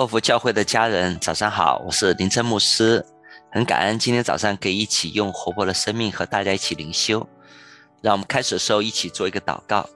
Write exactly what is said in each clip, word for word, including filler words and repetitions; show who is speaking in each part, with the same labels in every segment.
Speaker 1: 欧福教会的家人，早上好，我是林真牧师，很感恩今天早上可以一起用活泼的生命和大家一起灵修。让我们开始的时候一起做一个祷告。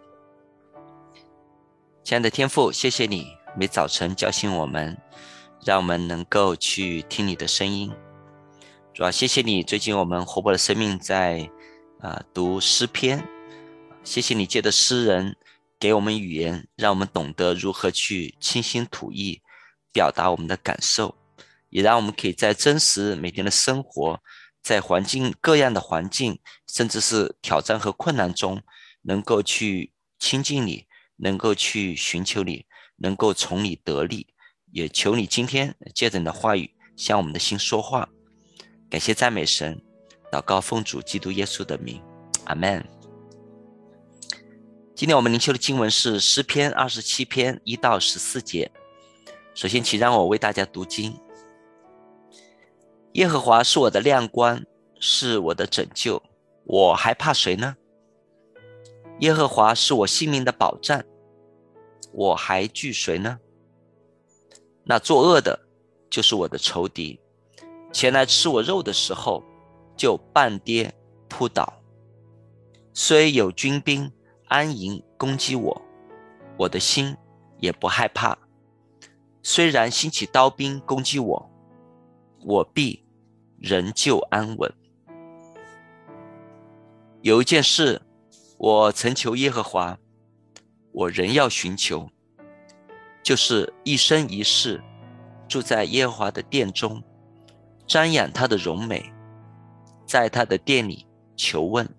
Speaker 1: 亲爱的天父，谢谢你每早晨叫醒我们，让我们能够去听你的声音。主要谢谢你，最近我们活泼的生命在、呃、读诗篇，谢谢你借着诗人给我们语言，让我们懂得如何去倾心吐意表达我们的感受，也让我们可以在真实每天的生活，在环境各样的环境，甚至是挑战和困难中，能够去亲近你，能够去寻求你，能够从你得力。也求你今天借着你的话语向我们的心说话。感谢赞美神，祷告奉主基督耶稣的名，阿们。今天我们灵修的经文是诗篇二十七篇一到十四节。首先请让我为大家读经。耶和华是我的亮光，是我的拯救，我还怕谁呢？耶和华是我性命的保障，我还惧谁呢？那作恶的就是我的仇敌，前来吃我肉的时候，就半跌扑倒。虽有军兵安营攻击我，我的心也不害怕。虽然兴起刀兵攻击我，我必仍旧安稳。有一件事，我曾求耶和华，我仍要寻求，就是一生一世住在耶和华的殿中，瞻仰他的荣美，在他的殿里求问。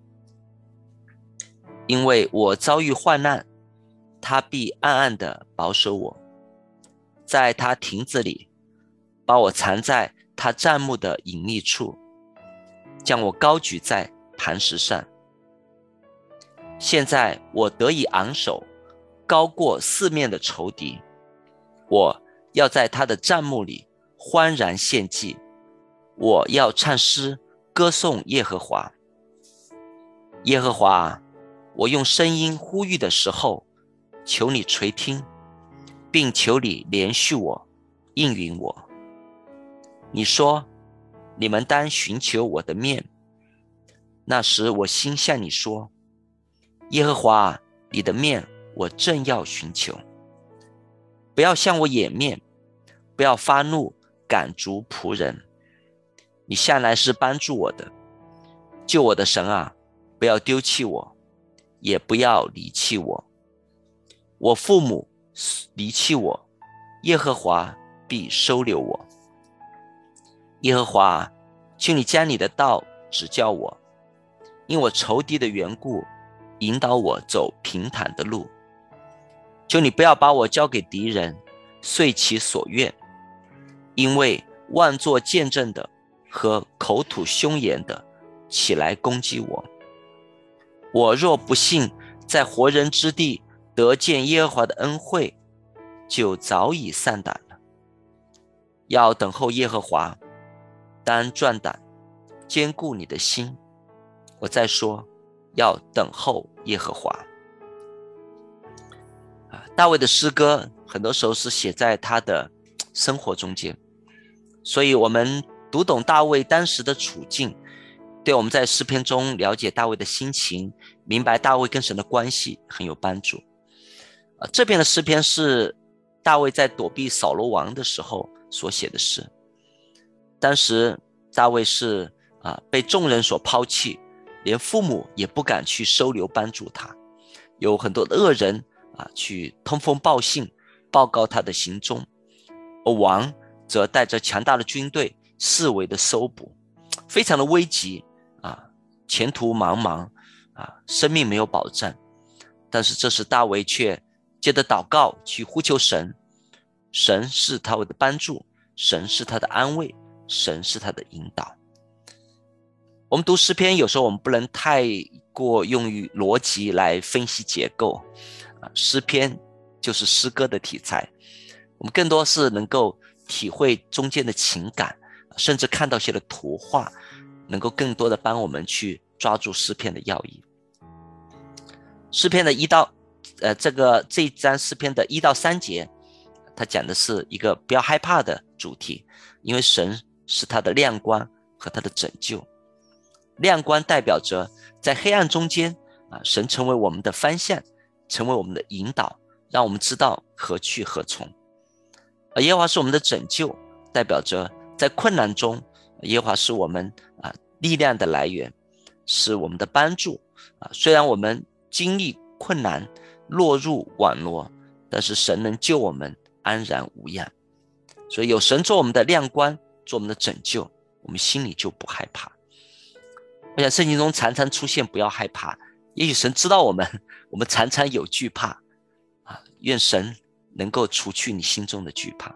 Speaker 1: 因为我遭遇患难，他必暗暗地保守我，在他亭子里把我藏在他帐幕的隐秘处，将我高举在磐石上。现在我得以昂首，高过四面的仇敌，我要在他的帐幕里欢然献祭，我要唱诗歌颂耶和华。耶和华，我用声音呼吁的时候，求你垂听，并求你连续我，应允我。你说，你们当寻求我的面。那时我心向你说，耶和华，你的面我正要寻求。不要向我掩面，不要发怒赶逐仆人。你向来是帮助我的，救我的神啊，不要丢弃我，也不要离弃我。我父母离弃我，耶和华必收留我。耶和华，求你将你的道指教我，因我仇敌的缘故，引导我走平坦的路。求你不要把我交给敌人，遂其所愿，因为妄作见证的和口吐凶言的起来攻击我。我若不幸在活人之地得见耶和华的恩惠，就早已丧胆了。要等候耶和华，当壮胆，坚固你的心。我再说，要等候耶和华。大卫的诗歌很多时候是写在他的生活中间，所以我们读懂大卫当时的处境，对我们在诗篇中了解大卫的心情，明白大卫跟神的关系很有帮助。这篇的诗篇是大卫在躲避扫罗王的时候所写的诗。当时大卫是、啊、被众人所抛弃，连父母也不敢去收留帮助他，有很多的恶人、啊、去通风报信报告他的行踪，而王则带着强大的军队四围的搜捕，非常的危急、啊、前途茫茫、啊、生命没有保障。但是这时大卫却接着祷告去呼求神，神是他的帮助，神是他的安慰，神是他的引导。我们读诗篇有时候我们不能太过用于逻辑来分析结构，诗篇就是诗歌的题材，我们更多是能够体会中间的情感，甚至看到一些的图画，能够更多的帮我们去抓住诗篇的要义。诗篇的一到呃，这个这一章诗篇的一到三节， 他讲的是一个不要害怕的主题，因为神是他的亮光和他的拯救。亮光代表着在黑暗中间啊，神成为我们的方向，成为我们的引导，让我们知道何去何从。而耶和华是我们的拯救，代表着在困难中，耶和华是我们啊力量的来源，是我们的帮助啊。虽然我们经历困难，落入网罗，但是神能救我们安然无恙。所以有神做我们的亮光，做我们的拯救，我们心里就不害怕。我想圣经中常常出现不要害怕，也许神知道我们，我们常常有惧怕啊，愿神能够除去你心中的惧怕。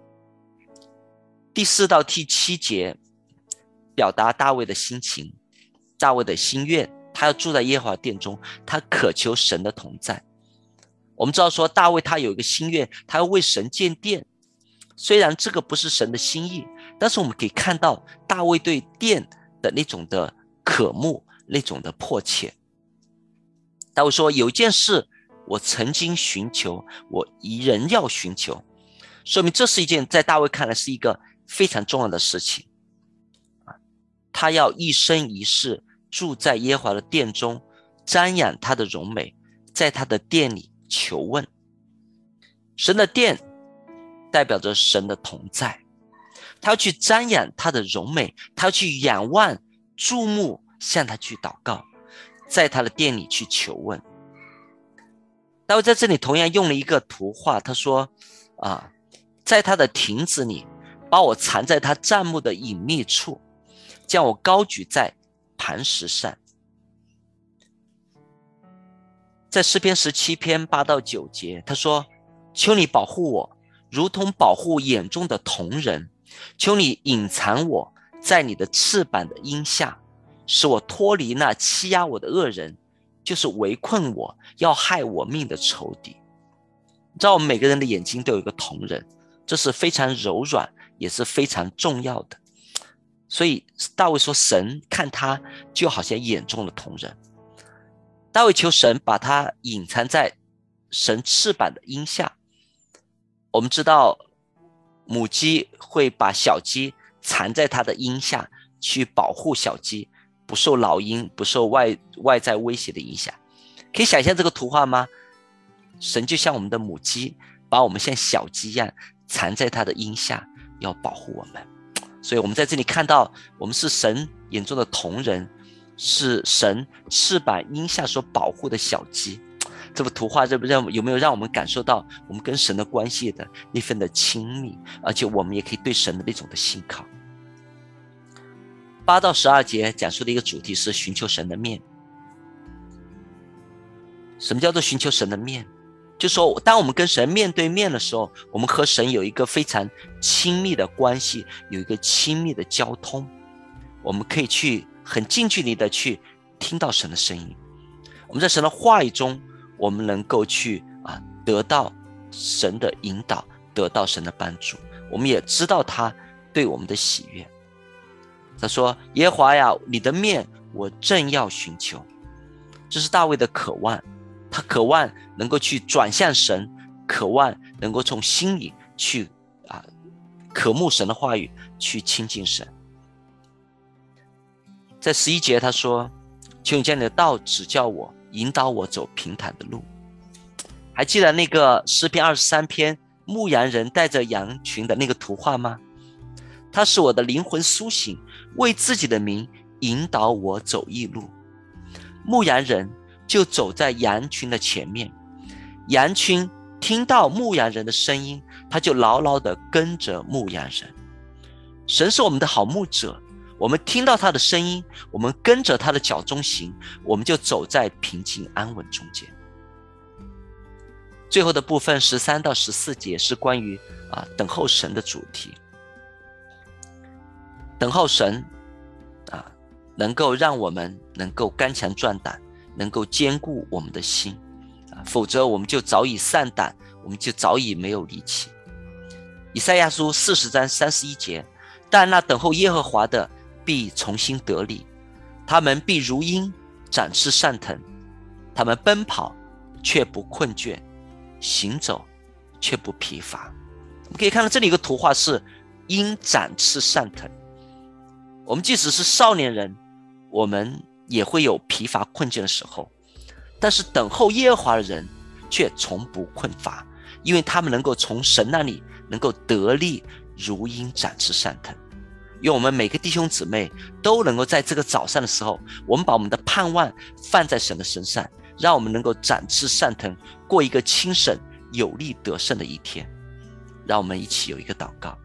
Speaker 1: 第四到第七节表达大卫的心情，大卫的心愿，他要住在耶和华殿中，他渴求神的同在。我们知道说大卫他有一个心愿，他要为神建殿，虽然这个不是神的心意，但是我们可以看到大卫对殿的那种的渴慕，那种的迫切。大卫说有一件事我曾经寻求，我依然要寻求，说明这是一件在大卫看来是一个非常重要的事情。他要一生一世住在耶和华的殿中，瞻仰他的荣美，在他的殿里求问。神的殿代表着神的同在，他要去瞻仰他的荣美，他要去仰望注目，向他去祷告，在他的殿里去求问。大卫在这里同样用了一个图画，他说啊，在他的亭子里，把我藏在他帐幕的隐秘处，将我高举在磐石上。在诗篇十七篇八到九节，他说求你保护我，如同保护眼中的瞳人，求你隐藏我在你的翅膀的荫下，使我脱离那欺压我的恶人，就是围困我要害我命的仇敌。你知道我们每个人的眼睛都有一个瞳人，这是非常柔软也是非常重要的。所以大卫说神看他就好像眼中的瞳人。大卫求神把他隐藏在神翅膀的荫下。我们知道母鸡会把小鸡藏在它的荫下，去保护小鸡不受老鹰不受 外, 外在威胁的影响。可以想象这个图画吗？神就像我们的母鸡，把我们像小鸡一样藏在它的荫下，要保护我们。所以我们在这里看到我们是神眼中的瞳人，是神翅膀荫下所保护的小鸡。这幅图画有没有让我们感受到我们跟神的关系的那份的亲密，而且我们也可以对神的那种的信靠。八到十二节讲述的一个主题是寻求神的面。什么叫做寻求神的面？就是说当我们跟神面对面的时候，我们和神有一个非常亲密的关系，有一个亲密的交通，我们可以去很近距离的去听到神的声音。我们在神的话语中，我们能够去啊得到神的引导，得到神的帮助，我们也知道他对我们的喜悦。他说耶和华呀，你的面我正要寻求。这是大卫的渴望，他渴望能够去转向神，渴望能够从心里去啊渴慕神的话语，去亲近神。在十一节他说求你将你的道指教我，引导我走平坦的路。还记得那个诗篇二十三篇牧羊人带着羊群的那个图画吗？他使我的灵魂苏醒，为自己的名引导我走义路。牧羊人就走在羊群的前面，羊群听到牧羊人的声音，他就牢牢地跟着牧羊人。神是我们的好牧者，我们听到他的声音，我们跟着他的脚中行，我们就走在平静安稳中间。最后的部分十三到十四节是关于啊等候神的主题。等候神啊，能够让我们能够刚强壮胆，能够坚固我们的心啊，否则我们就早已丧胆，我们就早已没有力气。以赛亚书四十章三十一节，但那等候耶和华的必重新得力，他们必如鹰展翅上腾，他们奔跑却不困倦，行走却不疲乏。 们可以看到这里一个图画是鹰展翅上腾。我们即使是少年人，我们也会有疲乏困倦的时候，但是等候耶和华的人却从不困乏，因为他们能够从神那里能够得力，如鹰展翅上腾。愿我们每个弟兄姊妹都能够在这个早上的时候，我们把我们的盼望放在神的身上，让我们能够展翅上腾，过一个轻省有力得胜的一天。让我们一起有一个祷告。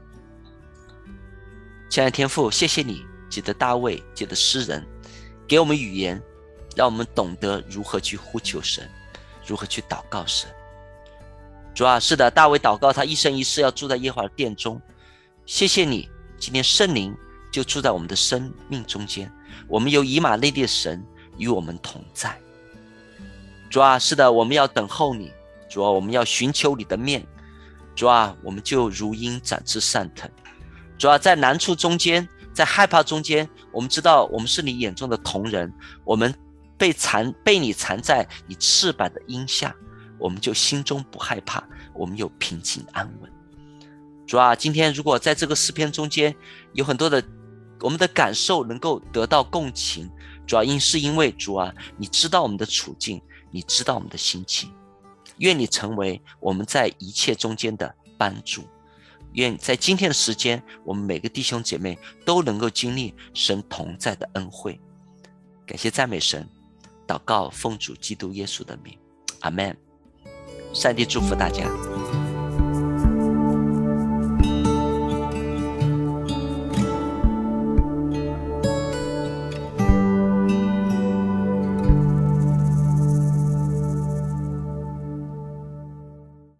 Speaker 1: 亲爱的天父，谢谢你借着大卫，借着诗人给我们语言，让我们懂得如何去呼求神，如何去祷告神。主啊，是的，大卫祷告他一生一世要住在耶和华的殿中。谢谢你，今天圣灵就住在我们的生命中间，我们有以马内利的神与我们同在。主啊，是的，我们要等候你。主啊，我们要寻求你的面。主啊，我们就如鹰展翅上腾。主啊，在难处中间，在害怕中间，我们知道我们是你眼中的瞳人，我们被藏被你藏在你翅膀的荫下，我们就心中不害怕，我们有平静安稳。主啊，今天如果在这个诗篇中间有很多的我们的感受能够得到共情，主要因是因为主啊，你知道我们的处境，你知道我们的心情。愿你成为我们在一切中间的帮助。愿在今天的时间，我们每个弟兄姐妹都能够经历神同在的恩惠。感谢赞美神，祷告奉主基督耶稣的名，阿们。上帝祝福大家。